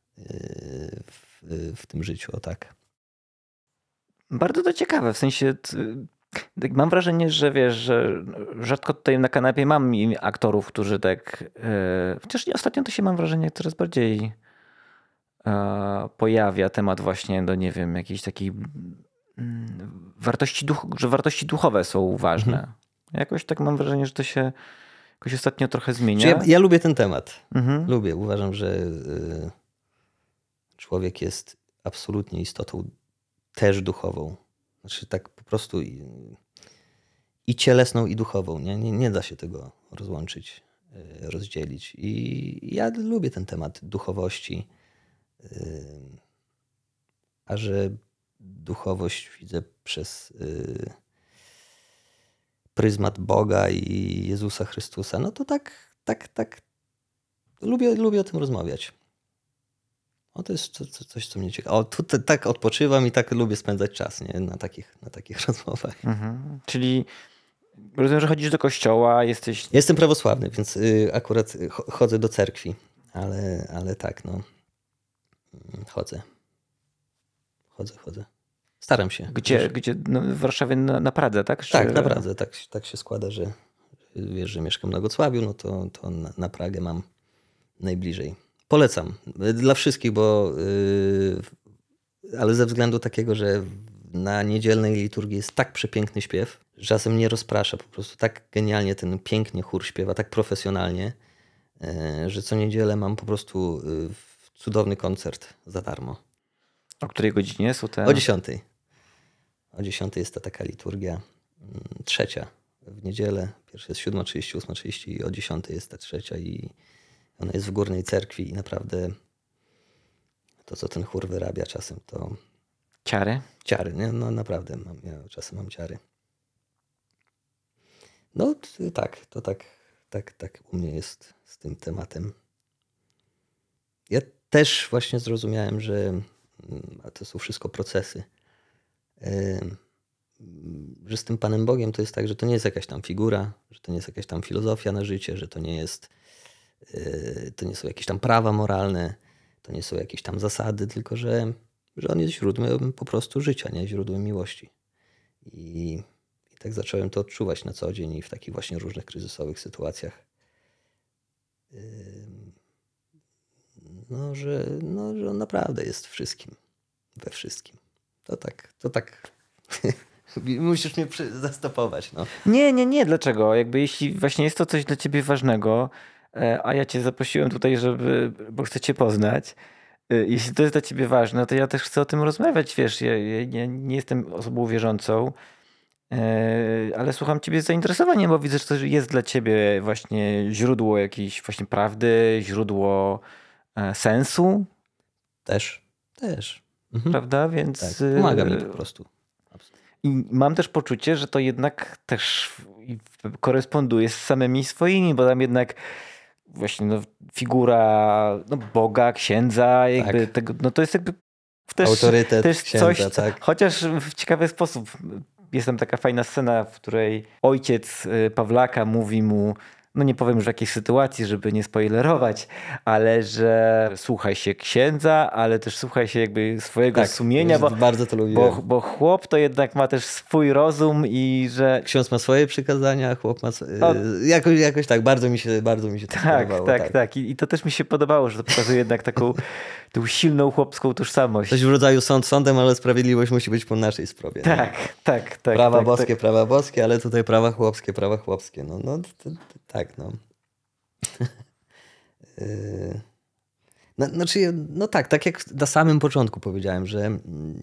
w tym życiu, o tak. Bardzo to ciekawe, w sensie mam wrażenie, że wiesz, że rzadko tutaj na kanapie mam aktorów, którzy tak, chociaż ostatnio to się mam wrażenie coraz bardziej pojawia temat właśnie do, nie wiem, jakiejś takiej że wartości duchowe są ważne. Jakoś tak mam wrażenie, że to się jakoś ostatnio trochę zmienia. Ja lubię ten temat. Lubię. Uważam, że człowiek jest absolutnie istotą też duchową. Znaczy tak po prostu i cielesną, i duchową. Nie da się tego rozłączyć, rozdzielić. I ja lubię ten temat duchowości. A że duchowość widzę przez pryzmat Boga i Jezusa Chrystusa, no to tak lubię o tym rozmawiać. O, to jest coś, co mnie ciekawi. O, tu tak odpoczywam i tak lubię spędzać czas, nie? Na takich rozmowach. Czyli rozumiem, że chodzisz do kościoła, jesteś... Jestem prawosławny, więc akurat chodzę do cerkwi, ale tak, no. Chodzę. Staram się. Gdzie no, w Warszawie na Pradze, tak? Tak, na Pradze. Tak się składa, że wiesz, że mieszkam na Gocławiu, no to na Pragę mam najbliżej. Polecam. Dla wszystkich, ale ze względu takiego, że na niedzielnej liturgii jest tak przepiękny śpiew, że czasem nie rozprasza. Po prostu tak genialnie ten pięknie chór śpiewa, tak profesjonalnie, że co niedzielę mam po prostu cudowny koncert za darmo. O której godzinie są te? O 10. O 10 jest ta taka liturgia trzecia w niedzielę. Pierwsza jest 7:30, 8:30 i o 10 jest ta trzecia i ona jest w górnej cerkwi i naprawdę to, co ten chór wyrabia czasem, to... Ciary? Ciary, nie? No naprawdę, ja czasem mam ciary. No tak, to tak u mnie jest z tym tematem. Ja też właśnie zrozumiałem, że to są wszystko procesy. Że z tym Panem Bogiem to jest tak, że to nie jest jakaś tam figura, że to nie jest jakaś tam filozofia na życie, że to nie są jakieś tam prawa moralne, to nie są jakieś tam zasady, tylko że On jest źródłem po prostu życia, nie? Źródłem miłości. I tak zacząłem to odczuwać na co dzień i w takich właśnie różnych kryzysowych sytuacjach. Że on naprawdę jest wszystkim. We wszystkim. To tak. Musisz mnie zastopować. No. Nie. Dlaczego? Jakby jeśli właśnie jest to coś dla ciebie ważnego, a ja cię zaprosiłem tutaj, bo chcę cię poznać. Jeśli to jest dla ciebie ważne, to ja też chcę o tym rozmawiać. Wiesz, ja nie jestem osobą wierzącą, ale słucham ciebie z zainteresowaniem, bo widzę, że to jest dla ciebie właśnie źródło jakiejś właśnie prawdy, źródło sensu. Też. Prawda? Więc tak, pomaga mi po prostu. I mam też poczucie, że to jednak też koresponduje z samymi swoimi, bo tam jednak właśnie figura Boga, księdza, jakby tak. tego, to jest jakby też, autorytet też księdza, coś, tak. Chociaż w ciekawy sposób. Jest tam taka fajna scena, w której ojciec Pawlaka mówi mu, nie powiem, że w jakiej sytuacji, żeby nie spoilerować, ale że słuchaj się księdza, ale też słuchaj się jakby swojego sumienia, bardzo to lubiłem. Bo chłop to jednak ma też swój rozum i że... Ksiądz ma swoje przykazania, chłop ma jakoś tak, bardzo mi się to podobało. Tak. I to też mi się podobało, że to pokazuje jednak taką tą silną chłopską tożsamość. Coś w rodzaju sąd sądem, ale sprawiedliwość musi być po naszej sprawie. Tak. Prawa boskie, ale tutaj prawa chłopskie. Tak jak na samym początku powiedziałem, że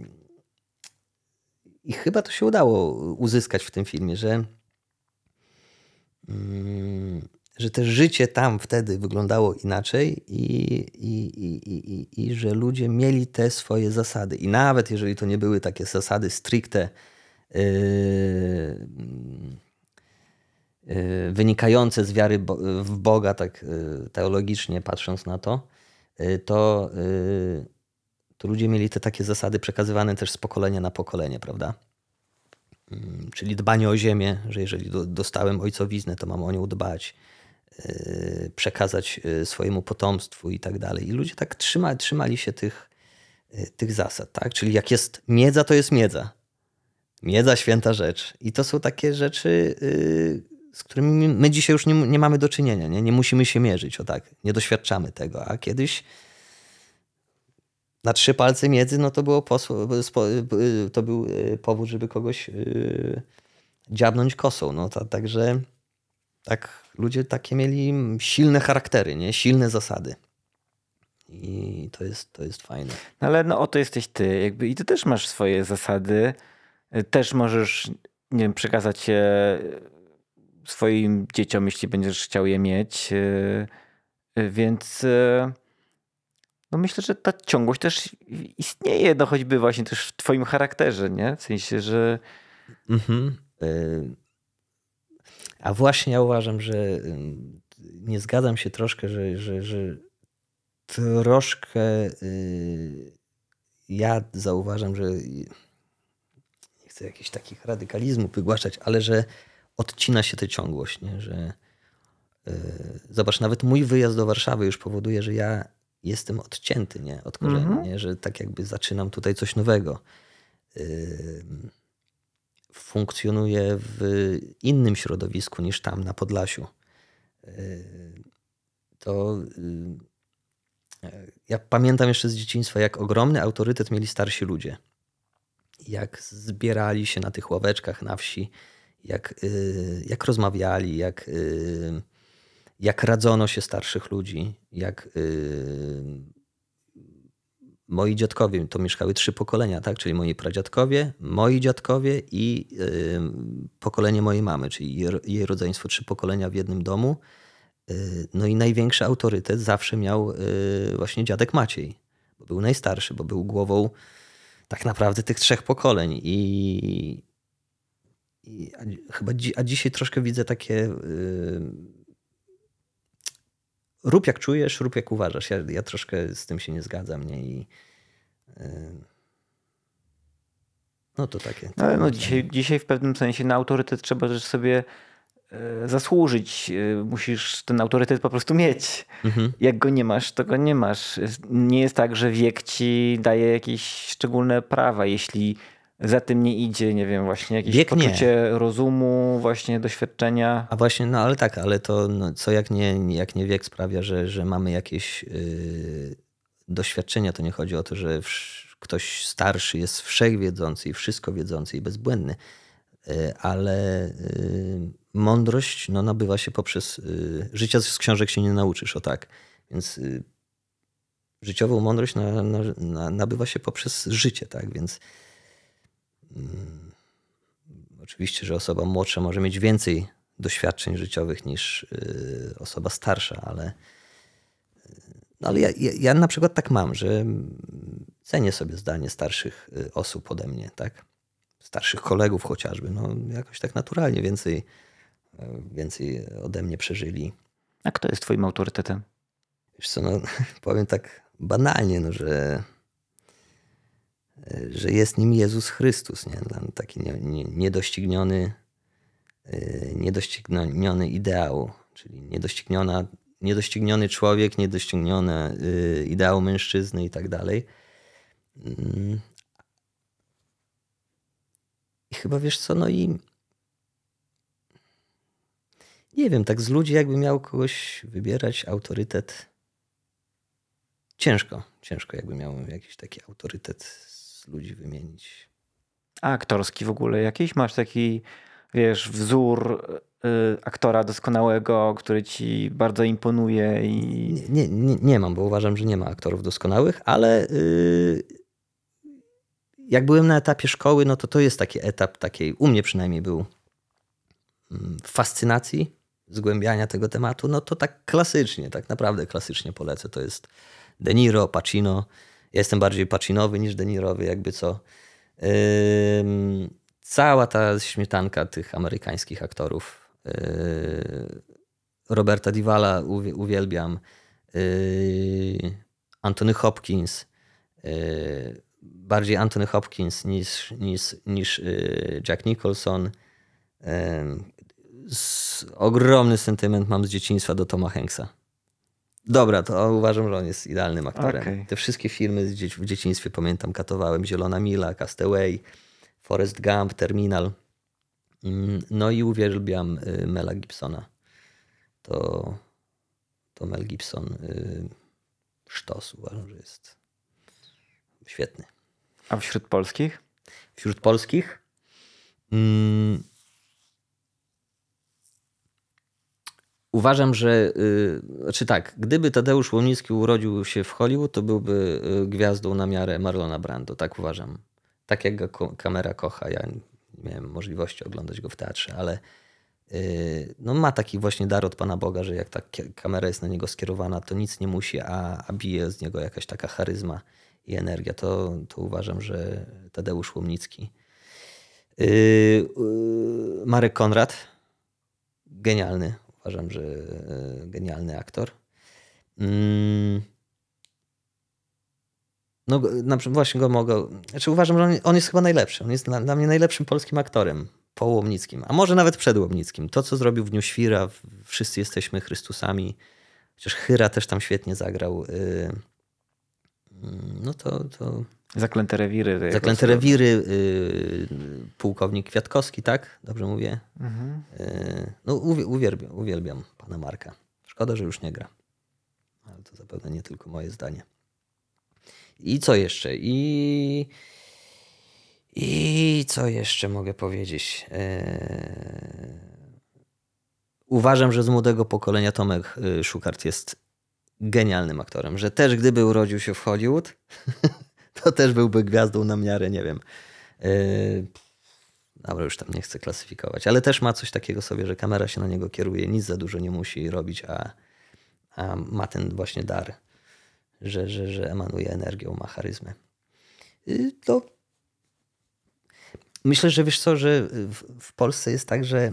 i chyba to się udało uzyskać w tym filmie, że też życie tam wtedy wyglądało inaczej i że ludzie mieli te swoje zasady. I nawet jeżeli to nie były takie zasady stricte wynikające z wiary w Boga, tak teologicznie patrząc na to, to ludzie mieli te takie zasady przekazywane też z pokolenia na pokolenie, prawda? Czyli dbanie o ziemię, że jeżeli dostałem ojcowiznę, to mam o nią dbać, przekazać swojemu potomstwu i tak dalej. I ludzie tak trzymali się tych zasad, tak? Czyli jak jest miedza, to jest miedza. Miedza, święta rzecz. I to są takie rzeczy, z którymi my dzisiaj już nie mamy do czynienia. Nie musimy się mierzyć, nie doświadczamy tego. A kiedyś na 3 palce miedzy, to był powód, żeby kogoś dziabnąć kosą. Także tak, ludzie takie mieli silne charaktery, nie? Silne zasady. I to jest fajne. Ale oto jesteś ty. Jakby, i ty też masz swoje zasady. Też możesz, nie wiem, przekazać je swoim dzieciom, jeśli będziesz chciał je mieć. Więc myślę, że ta ciągłość też istnieje, choćby właśnie też w twoim charakterze, nie? W sensie, że... A właśnie ja uważam, że nie zgadzam się troszkę, że troszkę ja zauważam, że nie chcę jakichś takich radykalizmów wygłaszać, ale że odcina się tę ciągłość, nie? Że zobacz, nawet mój wyjazd do Warszawy już powoduje, że ja jestem odcięty, nie? Od korzeni, nie? Że tak jakby zaczynam tutaj coś nowego. Funkcjonuję w innym środowisku niż tam na Podlasiu. To ja pamiętam jeszcze z dzieciństwa, jak ogromny autorytet mieli starsi ludzie. Jak zbierali się na tych ławeczkach na wsi, jak rozmawiali, jak radzono się starszych ludzi, jak moi dziadkowie, to mieszkały 3 pokolenia, tak? Czyli moi pradziadkowie, moi dziadkowie i pokolenie mojej mamy, czyli jej rodzeństwo, 3 pokolenia w jednym domu. No i największy autorytet zawsze miał właśnie dziadek Maciej, bo był najstarszy, bo był głową tak naprawdę tych 3 pokoleń. A dzisiaj troszkę widzę takie rób jak czujesz, rób jak uważasz. Ja troszkę z tym się nie zgadzam. Nie? To takie. Ale dzisiaj w pewnym sensie na autorytet trzeba też sobie zasłużyć. Musisz ten autorytet po prostu mieć. Jak go nie masz, to go nie masz. Nie jest tak, że wiek ci daje jakieś szczególne prawa. Jeśli za tym nie idzie, nie wiem, właśnie jakieś Wiek nie. poczucie rozumu, właśnie doświadczenia? A właśnie, no ale tak, ale to co jak nie wiek sprawia, że mamy jakieś doświadczenia, to nie chodzi o to, że ktoś starszy jest wszechwiedzący i wszystko wiedzący i bezbłędny, ale mądrość nabywa się poprzez życia z książek się nie nauczysz, o tak. Więc życiową mądrość nabywa się poprzez życie, tak, więc oczywiście, że osoba młodsza może mieć więcej doświadczeń życiowych niż osoba starsza, ale ja na przykład tak mam, że cenię sobie zdanie starszych osób ode mnie, tak? Starszych kolegów chociażby, jakoś tak naturalnie więcej ode mnie przeżyli. A kto jest twoim autorytetem? Wiesz co, powiem tak banalnie, że jest nim Jezus Chrystus, nie? Taki niedościgniony ideał, czyli niedościgniony człowiek, niedościgniony ideał mężczyzny i tak dalej. I chyba wiesz co, i nie wiem, tak z ludzi jakby miał kogoś wybierać autorytet. Ciężko jakby miał jakiś taki autorytet z ludzi wymienić. A aktorski w ogóle jakiś? Masz taki, wiesz, wzór aktora doskonałego, który ci bardzo imponuje? Nie mam, bo uważam, że nie ma aktorów doskonałych, ale jak byłem na etapie szkoły, to jest taki etap takiej, u mnie przynajmniej był, fascynacji, zgłębiania tego tematu, to tak klasycznie, tak naprawdę klasycznie polecę. To jest De Niro, Pacino. Ja jestem bardziej Pacinowy niż De Nirowy, jakby co. Cała ta śmietanka tych amerykańskich aktorów. Roberta Duvala uwielbiam. Anthony Hopkins. Bardziej Anthony Hopkins niż Jack Nicholson. Ogromny sentyment mam z dzieciństwa do Toma Hanksa. Dobra, to uważam, że on jest idealnym aktorem. Okay. Te wszystkie filmy w dzieciństwie pamiętam, katowałem. Zielona Mila, Castaway, Forrest Gump, Terminal. I uwielbiam Mela Gibsona. To Mel Gibson sztos, uważam, że jest świetny. A wśród polskich? Wśród polskich? Uważam, że gdyby Tadeusz Łomnicki urodził się w Hollywood, to byłby gwiazdą na miarę Marlona Brando. Tak uważam. Tak jak go kamera kocha. Ja nie miałem możliwości oglądać go w teatrze, ale ma taki właśnie dar od Pana Boga, że jak ta kamera jest na niego skierowana, to nic nie musi, a bije z niego jakaś taka charyzma i energia. To uważam, że Tadeusz Łomnicki. Marek Konrad. Genialny. Uważam, że genialny aktor. Na przykład właśnie go mogę... uważam, że on jest chyba najlepszy. On jest dla mnie najlepszym polskim aktorem po Łomnickim. A może nawet przed Łomnickim. To, co zrobił w Dniu Świra, Wszyscy jesteśmy Chrystusami. Chociaż Chyra też tam świetnie zagrał. To... Zaklęte rewiry. Zaklęte rewiry. Pułkownik Kwiatkowski, tak? Dobrze mówię? Mhm. Uwielbiam pana Marka. Szkoda, że już nie gra. Ale to zapewne nie tylko moje zdanie. I co jeszcze? I co jeszcze mogę powiedzieć? Uważam, że z młodego pokolenia Tomek Szukart jest genialnym aktorem. Że też gdyby urodził się w Hollywood, to też byłby gwiazdą na miarę, nie wiem. Dobra, już tam nie chcę klasyfikować. Ale też ma coś takiego sobie, że kamera się na niego kieruje. Nic za dużo nie musi robić, a ma ten właśnie dar, że emanuje energią, ma charyzmę. To myślę, że wiesz co, że w Polsce jest tak, że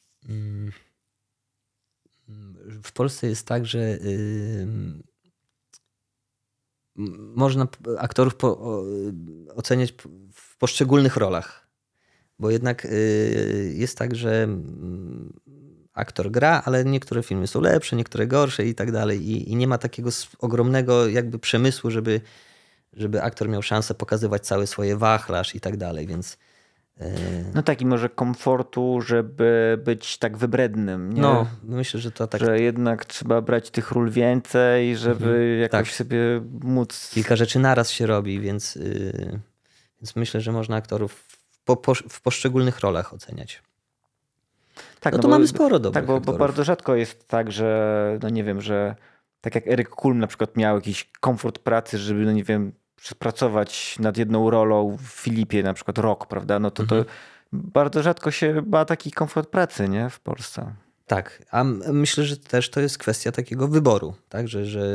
można aktorów oceniać w poszczególnych rolach. Bo jednak jest tak, że aktor gra, ale niektóre filmy są lepsze, niektóre gorsze i tak dalej. I nie ma takiego ogromnego jakby przemysłu, żeby żeby aktor miał szansę pokazywać cały swoje wachlarz i tak dalej, więc... No tak, i może komfortu, żeby być tak wybrednym. Nie? No, myślę, że to tak... Że jednak trzeba brać tych ról więcej, żeby jakoś tak. sobie móc... Kilka rzeczy naraz się robi, więc myślę, że można aktorów w poszczególnych rolach oceniać. Tak, no to mamy sporo dobrych tak, bo aktorów. bardzo rzadko jest tak, że no nie wiem, że tak jak Eryk Kulm na przykład miał jakiś komfort pracy, żeby no nie wiem, pracować nad jedną rolą w Filipie na przykład rok, prawda? No to bardzo rzadko się ma taki komfort pracy, nie? W Polsce. Tak, a myślę, że też to jest kwestia takiego wyboru, tak?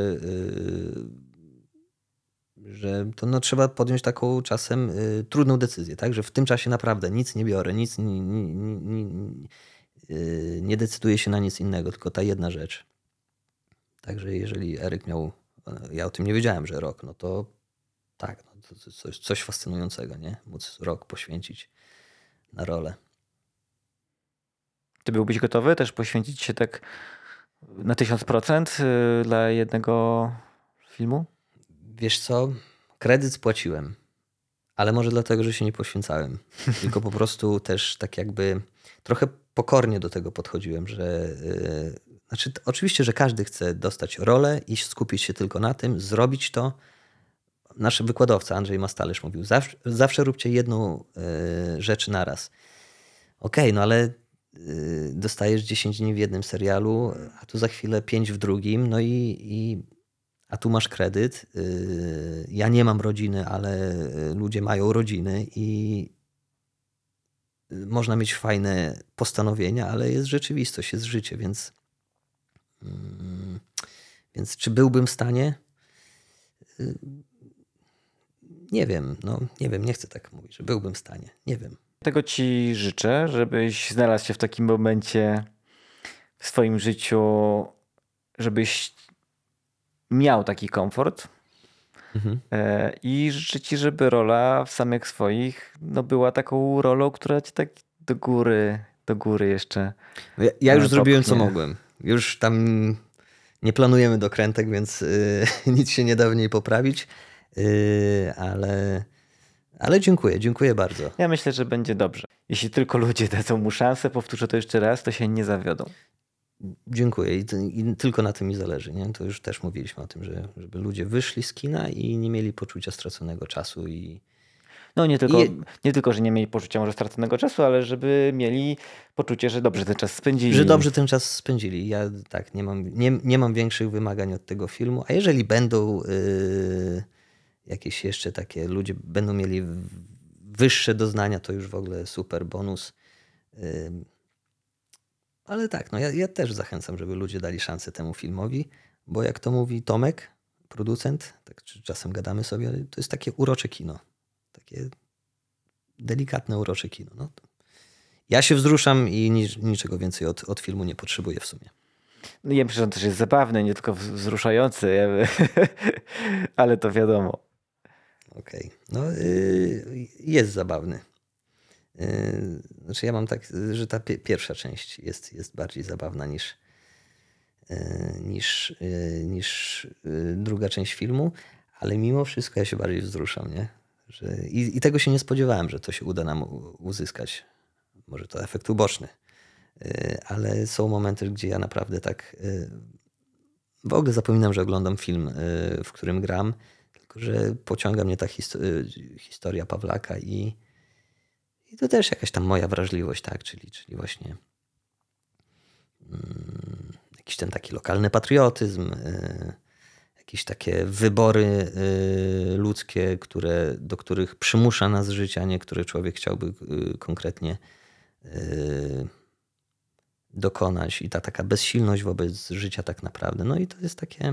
Że to no, trzeba podjąć taką czasem trudną decyzję, tak? Że w tym czasie naprawdę nic nie biorę, nic nie decyduję się na nic innego, tylko ta jedna rzecz. Także jeżeli Eryk miał, ja o tym nie wiedziałem, że rok, no to tak, no to coś fascynującego, nie? Móc rok poświęcić na rolę. Ty byłbyś gotowy też poświęcić się tak na 1000% dla jednego filmu? Wiesz co? Kredyt spłaciłem, ale może dlatego, że się nie poświęcałem. Tylko po prostu też tak jakby trochę pokornie do tego podchodziłem, że znaczy oczywiście, że każdy chce dostać rolę i skupić się tylko na tym, zrobić to. Nasz wykładowca Andrzej Mastalerz mówił, zawsze róbcie jedną rzecz naraz. Okej, no ale dostajesz 10 dni w jednym serialu, a tu za chwilę 5 w drugim, no a tu masz kredyt. Ja nie mam rodziny, ale ludzie mają rodziny i można mieć fajne postanowienia, ale jest rzeczywistość, jest życie, więc czy byłbym w stanie? Nie wiem, nie chcę tak mówić, że byłbym w stanie, nie wiem. Tego ci życzę, żebyś znalazł się w takim momencie w swoim życiu, żebyś miał taki komfort i życzę ci, żeby rola w samych swoich no była taką rolą, która cię tak do góry jeszcze Ja już zrobiłem, co mogłem. Już tam nie planujemy dokrętek, więc nic się nie da w niej poprawić, ale dziękuję bardzo. Ja myślę, że będzie dobrze. Jeśli tylko ludzie dadzą mu szansę, powtórzę to jeszcze raz, to się nie zawiodą. Dziękuję i tylko na tym mi zależy. Nie? To już też mówiliśmy o tym, żeby ludzie wyszli z kina i nie mieli poczucia straconego czasu. No nie tylko, że nie mieli poczucia może straconego czasu, ale żeby mieli poczucie, że dobrze ten czas spędzili. Że dobrze ten czas spędzili. Ja tak, nie mam większych wymagań od tego filmu, a jeżeli będą jakieś jeszcze takie, ludzie będą mieli wyższe doznania, to już w ogóle super bonus. Ale tak, no ja też zachęcam, żeby ludzie dali szansę temu filmowi, bo jak to mówi Tomek, producent, tak czasem gadamy sobie, ale to jest takie urocze kino. Takie delikatne, urocze kino. No, ja się wzruszam i niczego więcej od filmu nie potrzebuję w sumie. No ja myślę, że on też jest zabawny, nie tylko wzruszający, ale to wiadomo. Okej. No jest zabawny. Znaczy ja mam tak, że ta pierwsza część jest bardziej zabawna niż druga część filmu, ale mimo wszystko ja się bardziej wzruszam, nie? I tego się nie spodziewałem, że to się uda nam uzyskać. Może to efekt uboczny, ale są momenty, gdzie ja naprawdę tak w ogóle zapominam, że oglądam film, w którym gram, tylko że pociąga mnie ta historia Pawlaka i to też jakaś tam moja wrażliwość, tak? Czyli właśnie jakiś ten taki lokalny patriotyzm, jakieś takie wybory ludzkie, do których przymusza nas życie, a nie które człowiek chciałby konkretnie dokonać i ta taka bezsilność wobec życia tak naprawdę. No i to jest takie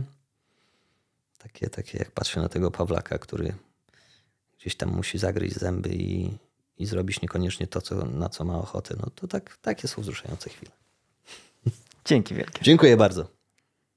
jak patrzę na tego Pawlaka, który gdzieś tam musi zagryźć zęby i zrobić niekoniecznie to, na co ma ochotę. No to takie są wzruszające chwile. Dzięki wielkie. Dziękuję bardzo.